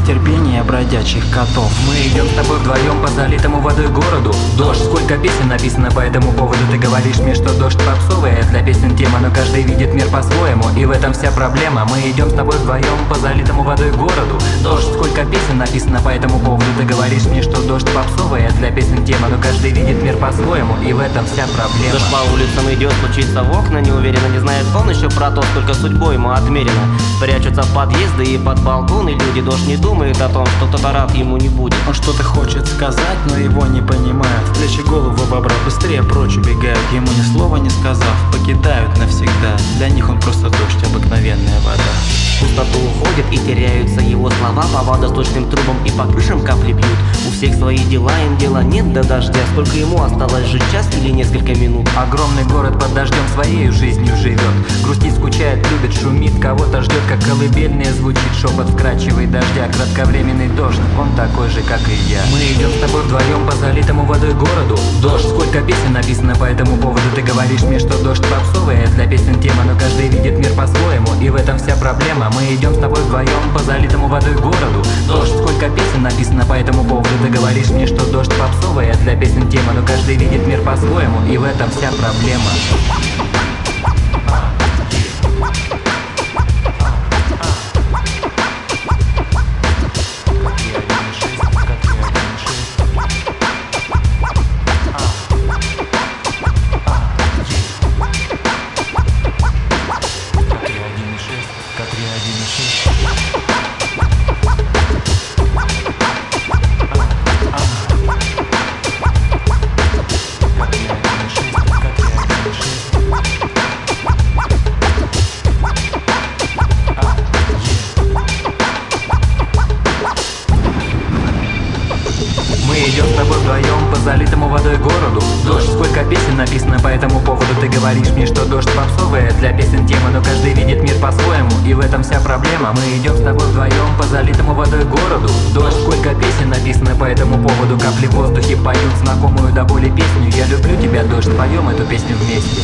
терпения бродячих котов. Мы идем с тобой вдвоем по залитому водой городу. Дождь, сколько песен написано по этому поводу. Ты говоришь мне, что дождь попсовая, для песен тема, но каждый видит мир по-своему, и в этом вся проблема. Мы идем с тобой вдвоем по залитому водой городу. Дождь, сколько песен написано по этому поводу. Ты говоришь мне, что дождь попсовая, для песен тема, но каждый видит мир по-своему, и в этом вся проблема. Дождь по улицам идет, стучится в окна неуверенно, не знает он еще про то, сколько судьбой ему отмерено. Прячутся в подъезды и под балконы люди. Дождь не думает о том, что кто-то рад ему не будет. Он что-то хочет сказать, но его не понимают. В плечи голову вобрав, быстрее прочь убегают. Ему ни слова не сказав, покидают навсегда. Для них он просто дождь, обыкновенная вода. В пустоту уходит и теряются его слова. По водосточным трубам и по крышам капли бьют. У всех свои дела, им дела нет до дождя. Сколько ему осталось жить, час или несколько минут? Огромный город под дождем своей жизнью живет. Грустит, скучает, любит, шумит, кого-то ждет, как колыбельная звучит шепот вкрадчивый дождя. Кратковременный дождь, он такой же, как и я. Мы идем с тобой вдвоем по залитому водой городу. Дождь, сколько песен написано по этому поводу. Ты говоришь мне, что дождь попсовая, для песен тема, но каждый видит мир по-своему, и в этом вся проблема. Мы идем с тобой вдвоем по залитому водой городу. Дождь, сколько песен написано по этому поводу. Ты говоришь мне, что дождь попсовая, для песен тема, но каждый видит мир по-своему, и в этом вся проблема. Залитому водой городу. Дождь, сколько песен написано по этому поводу. Ты говоришь мне, что дождь попсовая, для песен тема, но каждый видит мир по-своему, и в этом вся проблема. Мы идем с тобой вдвоем по залитому водой городу. Дождь, сколько песен написано по этому поводу. Капли в воздухе поют знакомую до боли песню. Я люблю тебя, дождь, поем эту песню вместе.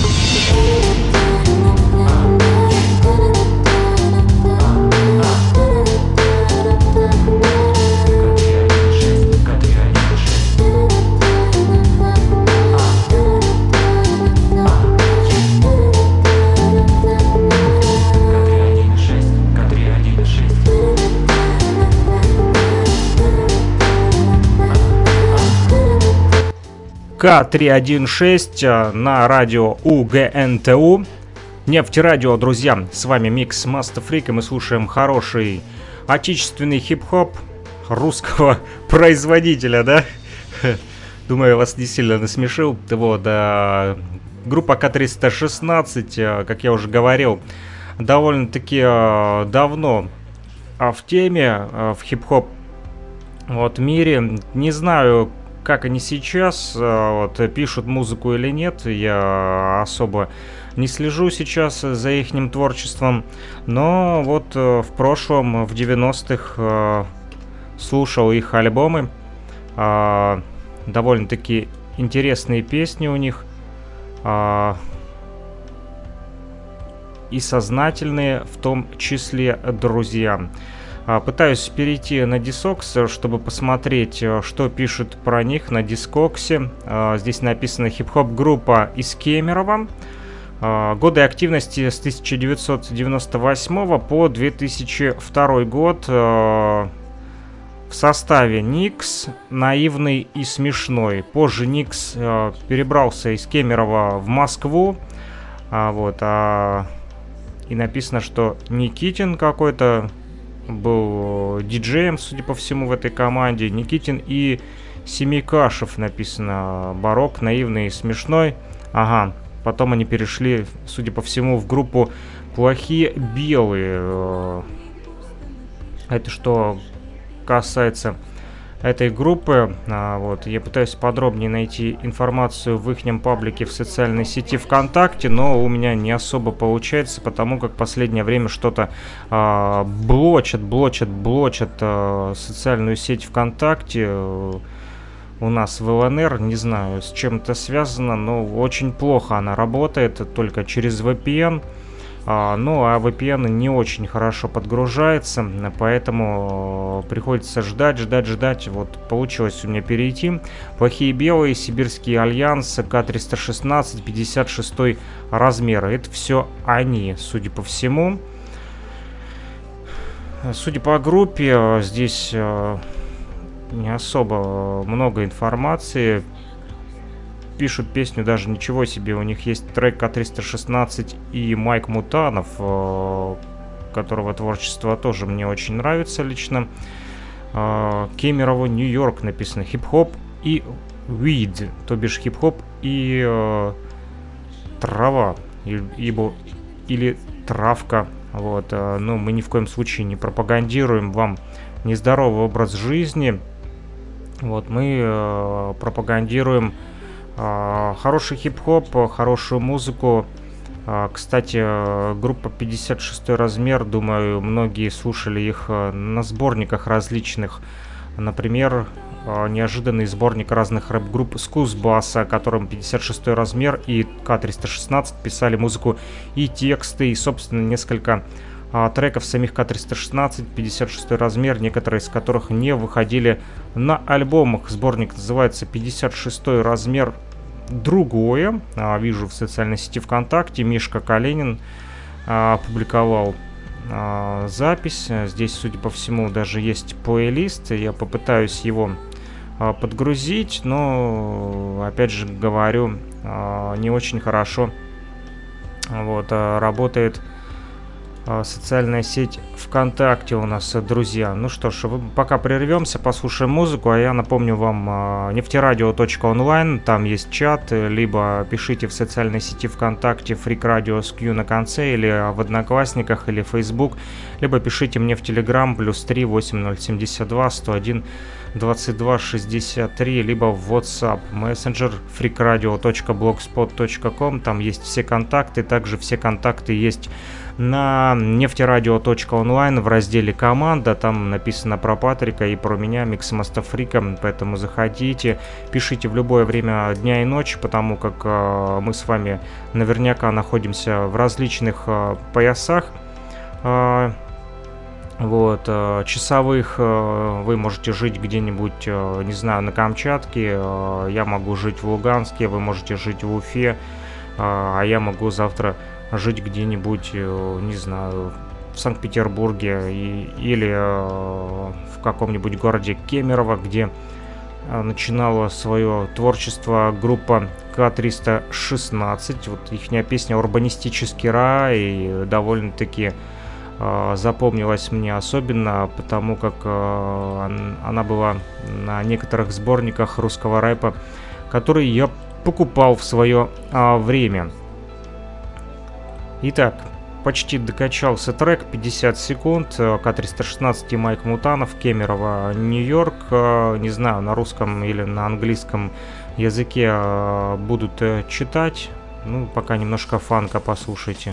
К316 на радио УГНТУ. Нефтерадио, друзья, с вами Микс Master Freak, и мы слушаем хороший отечественный хип-хоп русского производителя, да? Думаю, я вас не сильно насмешил. Вот, группа К316, как я уже говорил, довольно-таки давно в теме, в хип-хоп вот мире. Не знаю, как они сейчас вот, пишут музыку или нет, я особо не слежу сейчас за ихним творчеством, но вот в прошлом, в 90-х, слушал их альбомы, довольно-таки интересные песни у них, и сознательные в том числе, друзья. Пытаюсь перейти на Discogs, чтобы посмотреть, что пишут про них на Discogs. Здесь написано хип-хоп группа из Кемерово. Годы активности с 1998 по 2002 год. В составе Никс, Наивный и Смешной. Позже Никс перебрался из Кемерово в Москву. И написано, что Никитин какой-то был диджеем, судя по всему, в этой команде. Никитин и Семикашев написано. Барок, Наивный и Смешной. Ага. Потом они перешли, судя по всему, в группу Плохие Белые. Это что касается этой группы. Вот, я пытаюсь подробнее найти информацию в ихнем паблике в социальной сети ВКонтакте, но у меня не особо получается, потому как в последнее время что-то блочат социальную сеть ВКонтакте у нас в ЛНР. Не знаю, с чем это связано, но очень плохо она работает, только через VPN. Ну а VPN не очень хорошо подгружается, поэтому приходится ждать. Вот получилось у меня перейти. Плохие белые, Сибирский альянс, К-316, 56 размер. Это все они, судя по всему. Судя по группе, здесь не особо много информации. Пишут песню даже ничего себе. У них есть трек К-316 и Майк Мутанов, которого творчество тоже мне очень нравится лично. Кемерово, Нью-Йорк написано. Хип-хоп и weed, то бишь хип-хоп и трава, или травка. Вот. Но мы ни в коем случае не пропагандируем вам нездоровый образ жизни. Вот. Мы пропагандируем хороший хип-хоп, хорошую музыку. Кстати, группа 56 размер, думаю, многие слушали их на сборниках различных. Например, неожиданный сборник разных рэп-групп Скузбасса, которым 56 размер и К-316 писали музыку и тексты, и, собственно, несколько треков самих К-316, 56 размер, некоторые из которых не выходили на альбомах. Сборник называется 56 размер другое. Вижу в социальной сети ВКонтакте, Мишка Калинин опубликовал запись. Здесь, судя по всему, даже есть плейлист. Я попытаюсь его подгрузить, но, опять же говорю, не очень хорошо вот, работает социальная сеть ВКонтакте у нас, друзья. Ну что ж, пока прервемся, послушаем музыку, а я напомню вам нефтерадио.онлайн, там есть чат, либо пишите в социальной сети ВКонтакте Freak Radio с Q на конце, или в Одноклассниках, или Facebook, либо пишите мне в Telegram +3 8072 101 22 63, либо в WhatsApp Messenger freakradio.blogspot.com, там есть все контакты, также все контакты есть на нефтерадио.онлайн в разделе «Команда», там написано про Патрика и про меня, Миксмастер Фрика, поэтому заходите, пишите в любое время дня и ночи, потому как мы с вами наверняка находимся в различных поясах. Вот, часовых. Вы можете жить где-нибудь, не знаю, на Камчатке, я могу жить в Луганске, вы можете жить в Уфе, а я могу завтра жить где-нибудь, не знаю, в Санкт-Петербурге или в каком-нибудь городе Кемерово, где начинала свое творчество группа К-316. Вот ихняя песня «Урбанистический рай» довольно-таки запомнилась мне особенно, потому как она была на некоторых сборниках русского рэпа, которые я покупал в свое время. Итак, почти докачался трек, 50 секунд, К-316 и Майк Мутанов, Кемерово, Нью-Йорк. Не знаю, на русском или на английском языке будут читать. Ну, пока немножко фанка послушайте.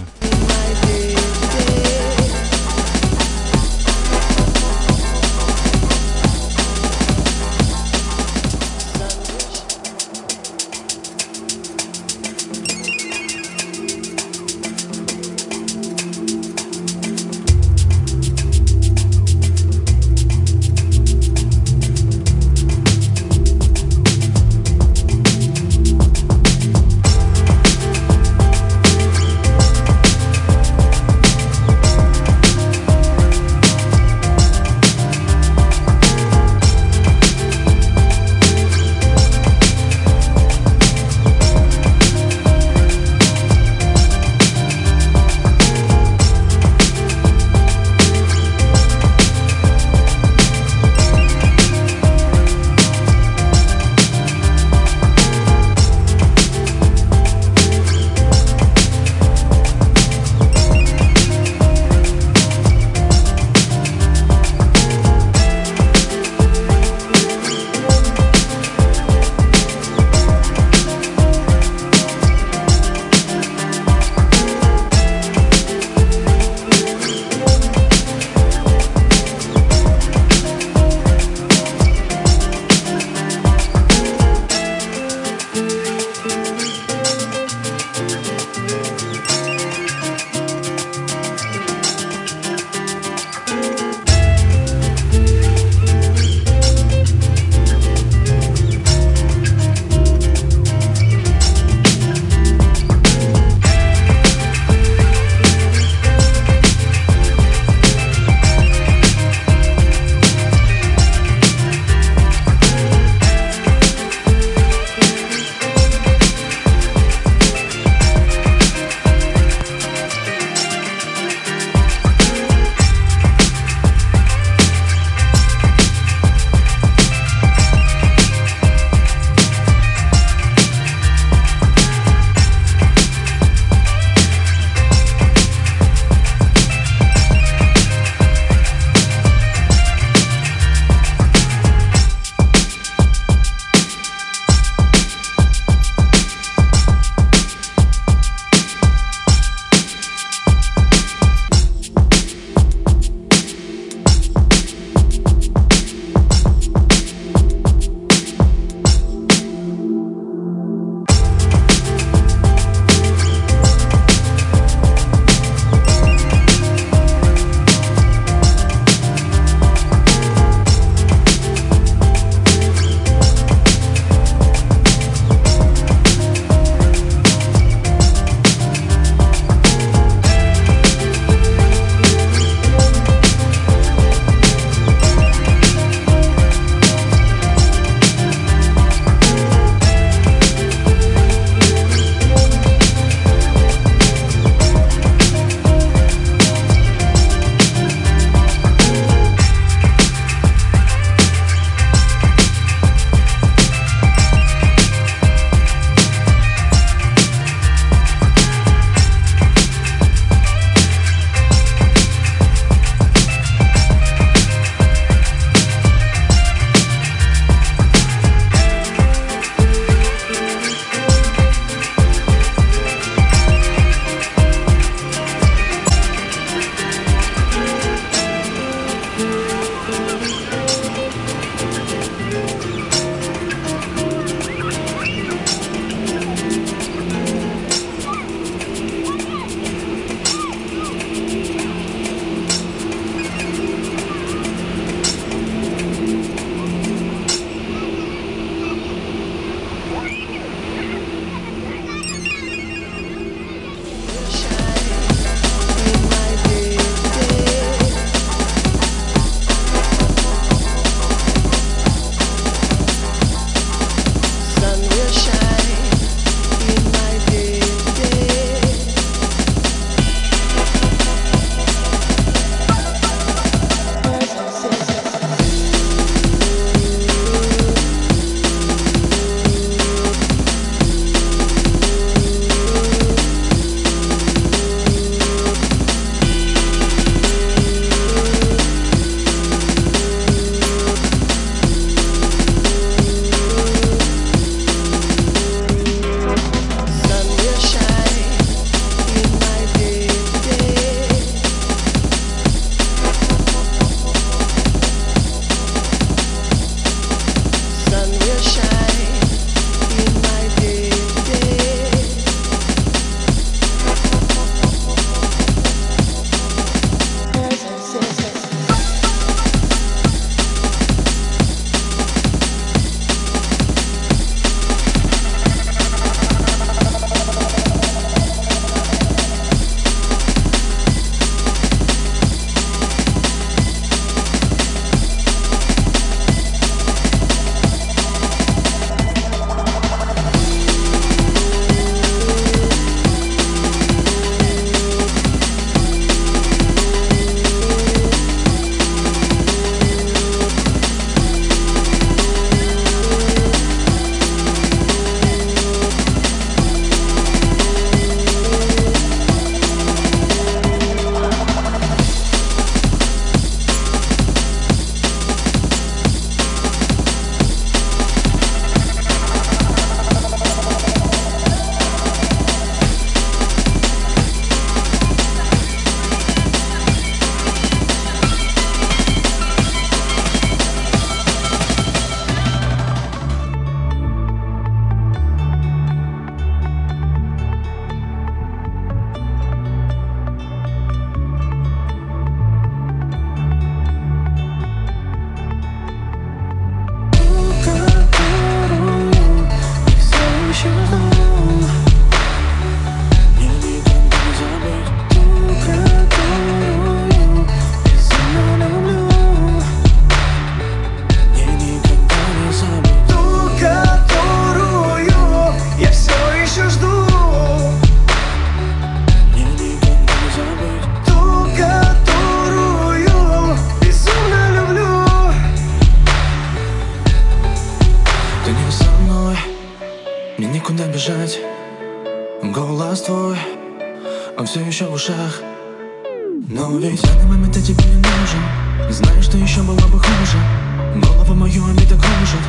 некуда бежать. Голос твой, он все еще в ушах. Но ведь в данный момент я тебе не нужен. Знаешь, что еще было бы хуже. Голову мою обида кружит.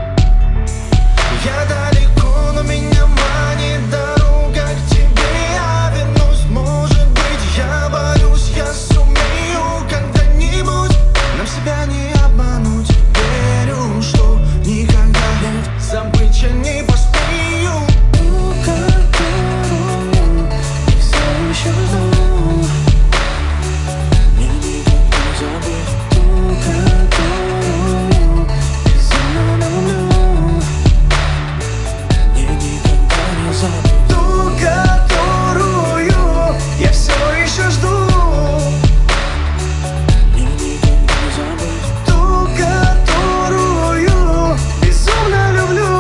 Я далеко, но меня манит дорога к тебе. Я вернусь, может быть, я боюсь, я сумею когда-нибудь нам себя не обмануть. Верю, что никогда нет, забыть я не посмею. Ту, которую я все еще жду. Мне никогда не забыть. Ту, которую безумно люблю. Мне никогда не забыть. Ту, которую я все еще жду. Мне никогда не забыть. Ту, которую безумно люблю.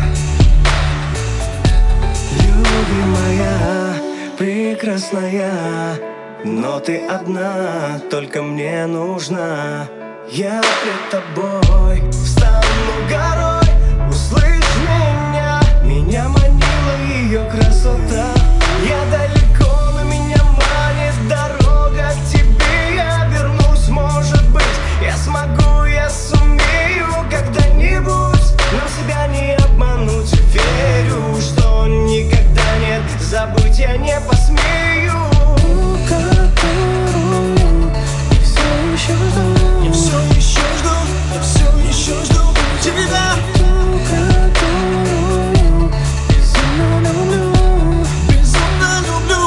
Любимая, прекрасная, но ты одна, только мне нужна. Я пред тобой встану горой. Услышь меня, меня манила ее красота. Я далеко, но меня манит дорога к тебе. Я вернусь, может быть, я смогу, я сумею когда-нибудь нам себя не обмануть. Верю, что никогда нет, забыть я не посмею. Ту, которую я все еще жду. Я все еще жду, я все еще жду тебя. Ту, которую безумно люблю. Безумно люблю.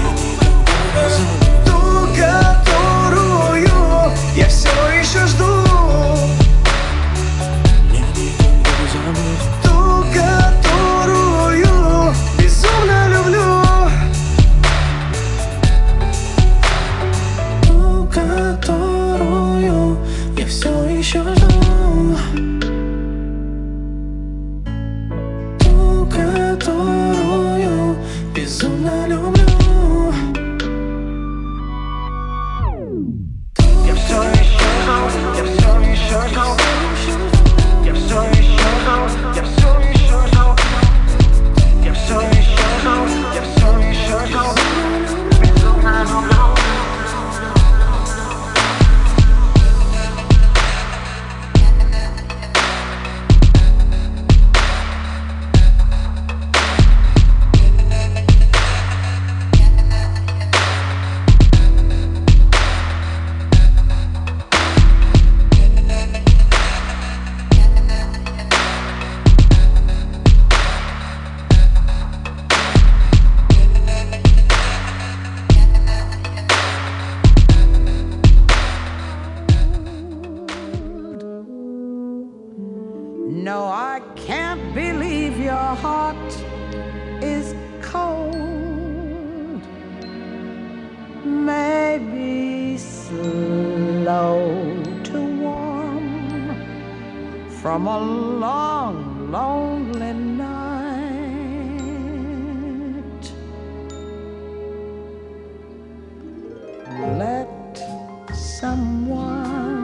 Ту, которую я все еще жду. Мне никогда не забыть. Ту, которую безумно люблю. Ту, которую я все еще жду. Ту, которую безумно люблю. Я все еще жду, я все еще жду. Я все еще жду, я все еще жду. Я все еще жду, я все еще жду. Безумно люблю. No, I can't believe your heart is cold. Maybe slow to warm from a long, lonely night. Let someone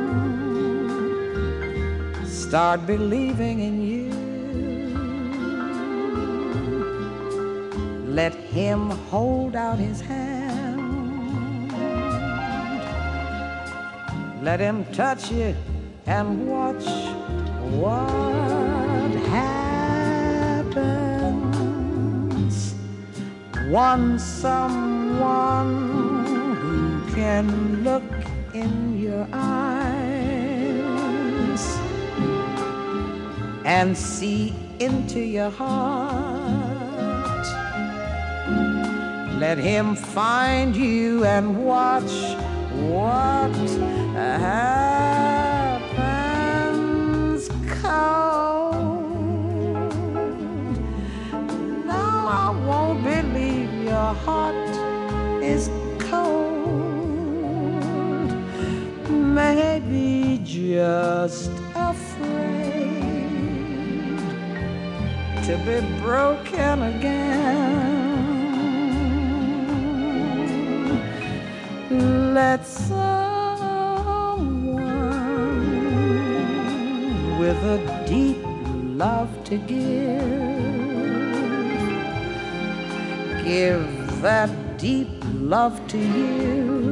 start believing in you. Let him hold out his hand. Let him touch you and watch what happens. Want someone who can look in your eyes and see into your heart. Let him find you and watch what happens cold. No, I won't believe your heart is cold. Maybe just afraid to be broken again. Let someone with a deep love to give give that deep love to you,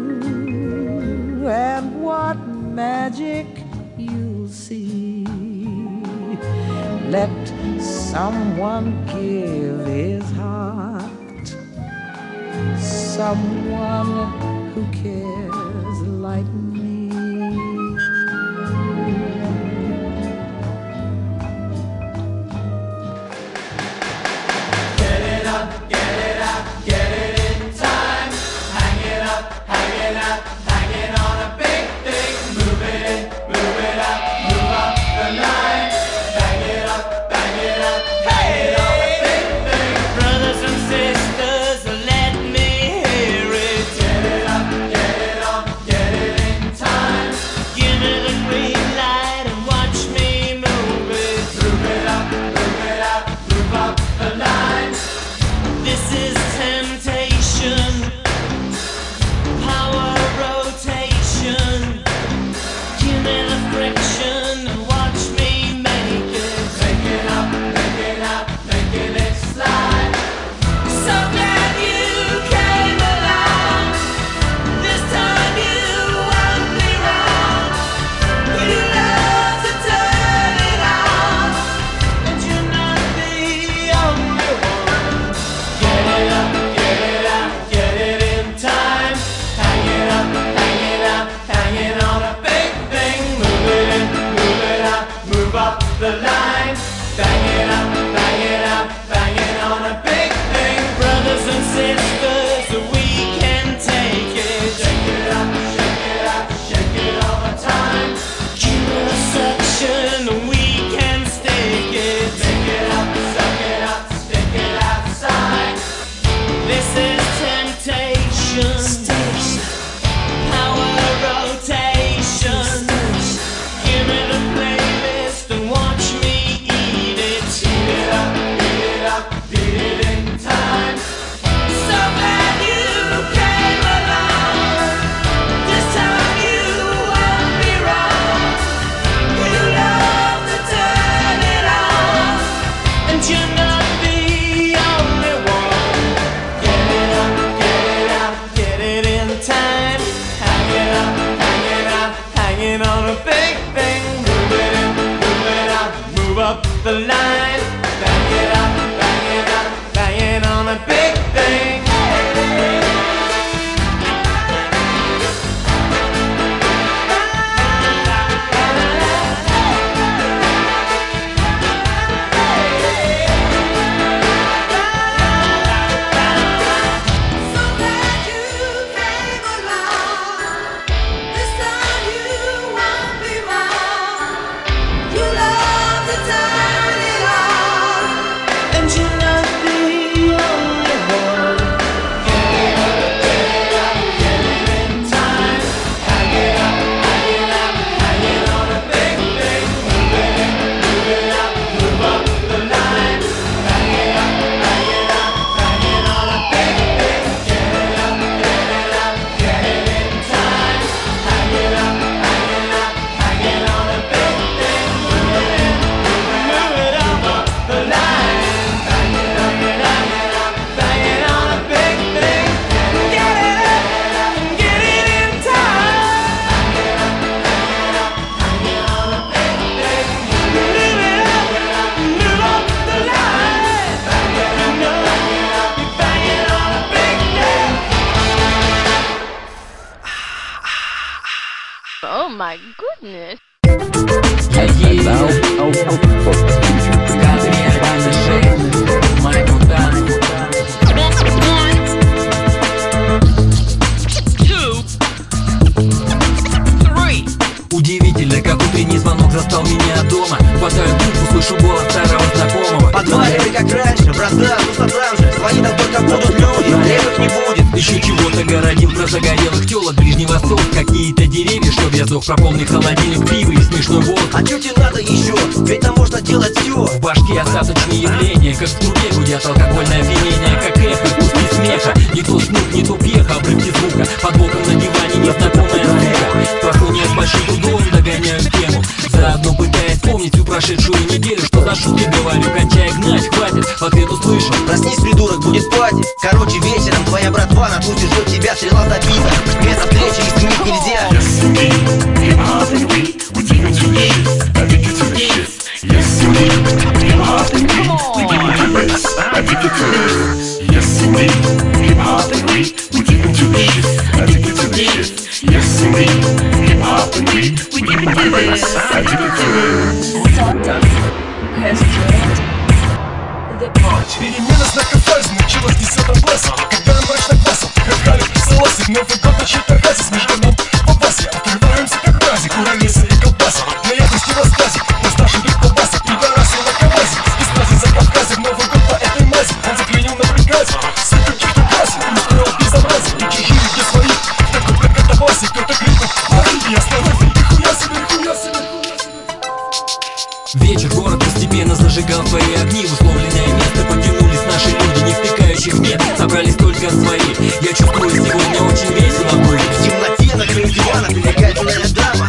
and what magic you'll see. Let someone give his heart, someone who cares like me. Oh my goodness. Удивительно, как утренний звонок застал меня дома. Хватаю трубку, слышу голос старого знакомого. Подваливай, как раньше, братан, ну там же. Звони нам только будут люди, левых не будет. Еще чего-то городим про загорелых телок. Ближний Восток, какие-то деревья, чтоб я сдох. Прополни холодильник пива и смешной волк. А чё тебе надо еще? Ведь там можно делать все. В башке остаточные явления, как в трубе гудят алкогольное опьянение. Как эхо, куски смеха. Не то снух, не то пьеха, обрывки звука. Под боком на диване незнакомая скука. Прошу не с большим трудом, догоняю тему. Заодно пытаясь вспомнить всю прошедшую неделю. Что за шутки говорю, кончай гнать, хватит. В ответ услышал: проснись, придурок, будет спать. базе. Короче, вечером твоя братва на тусе ждет тебя, стрела забита. Место встречи изменить нельзя. Yes, indeed, hip-hop and we dig into the shit, addicted to the shit. Yes, indeed, hip-hop and we dig into this, addicted to this. Yes, indeed, hip-hop and we dig into the shit, addicted to the shit. Yes, indeed, hip-hop and we dig into this, addicted to this. Перемена знака фазе началась в 10 классе, когда я мрачно классом хахали саласы. Новый год на чьей-то разе с мешканом по базе. Открываемся как рази, куролесы и колбасы. Ноябрьский в рассказе, наш старший друг колбасы. Пидорасы на КамАЗе, из праздник за Кавказе. В Новый год по этой мазе он заклинил на приказе. Сын каких-то красит, устроил безобразие. И чужие где свои, в такой прокатовался. Кто-то крикнул, лови, я остановил, нихуя себе, нихуя себе. Вечер, город постепенно зажигал свои огни. В условленное место потянулись наши люди, не втыкающих мне, собрались только свои. Я чувствую, сегодня очень весело будет. В темноте на краю дивана прилегает злая дама.